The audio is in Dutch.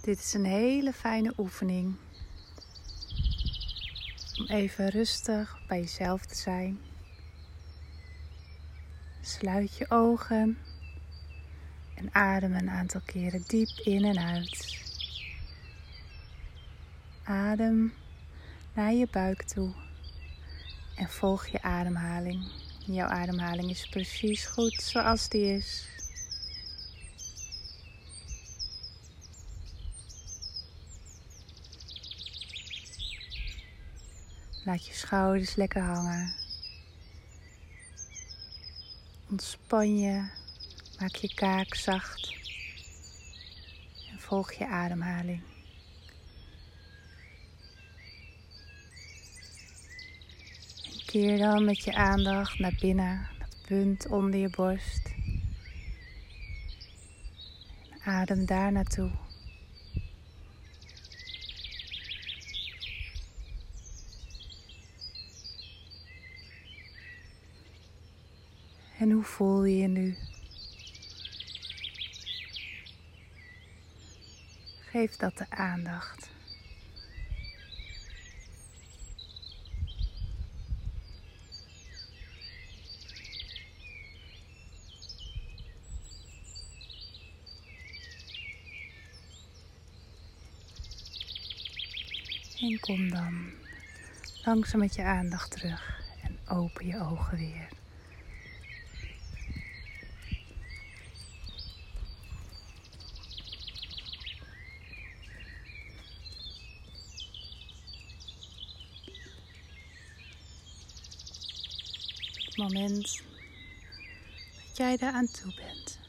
Dit is een hele fijne oefening om even rustig bij jezelf te zijn. Sluit je ogen en adem een aantal keren diep in en uit. Adem naar je buik toe en volg je ademhaling. Jouw ademhaling is precies goed zoals die is. Laat je schouders lekker hangen. Ontspan je, maak je kaak zacht en volg je ademhaling. En keer dan met je aandacht naar binnen, dat punt onder je borst. En adem daar naartoe. En hoe voel je je nu? Geef dat de aandacht. En kom dan langzaam met je aandacht terug en open je ogen weer. Het moment dat jij daar aan toe bent.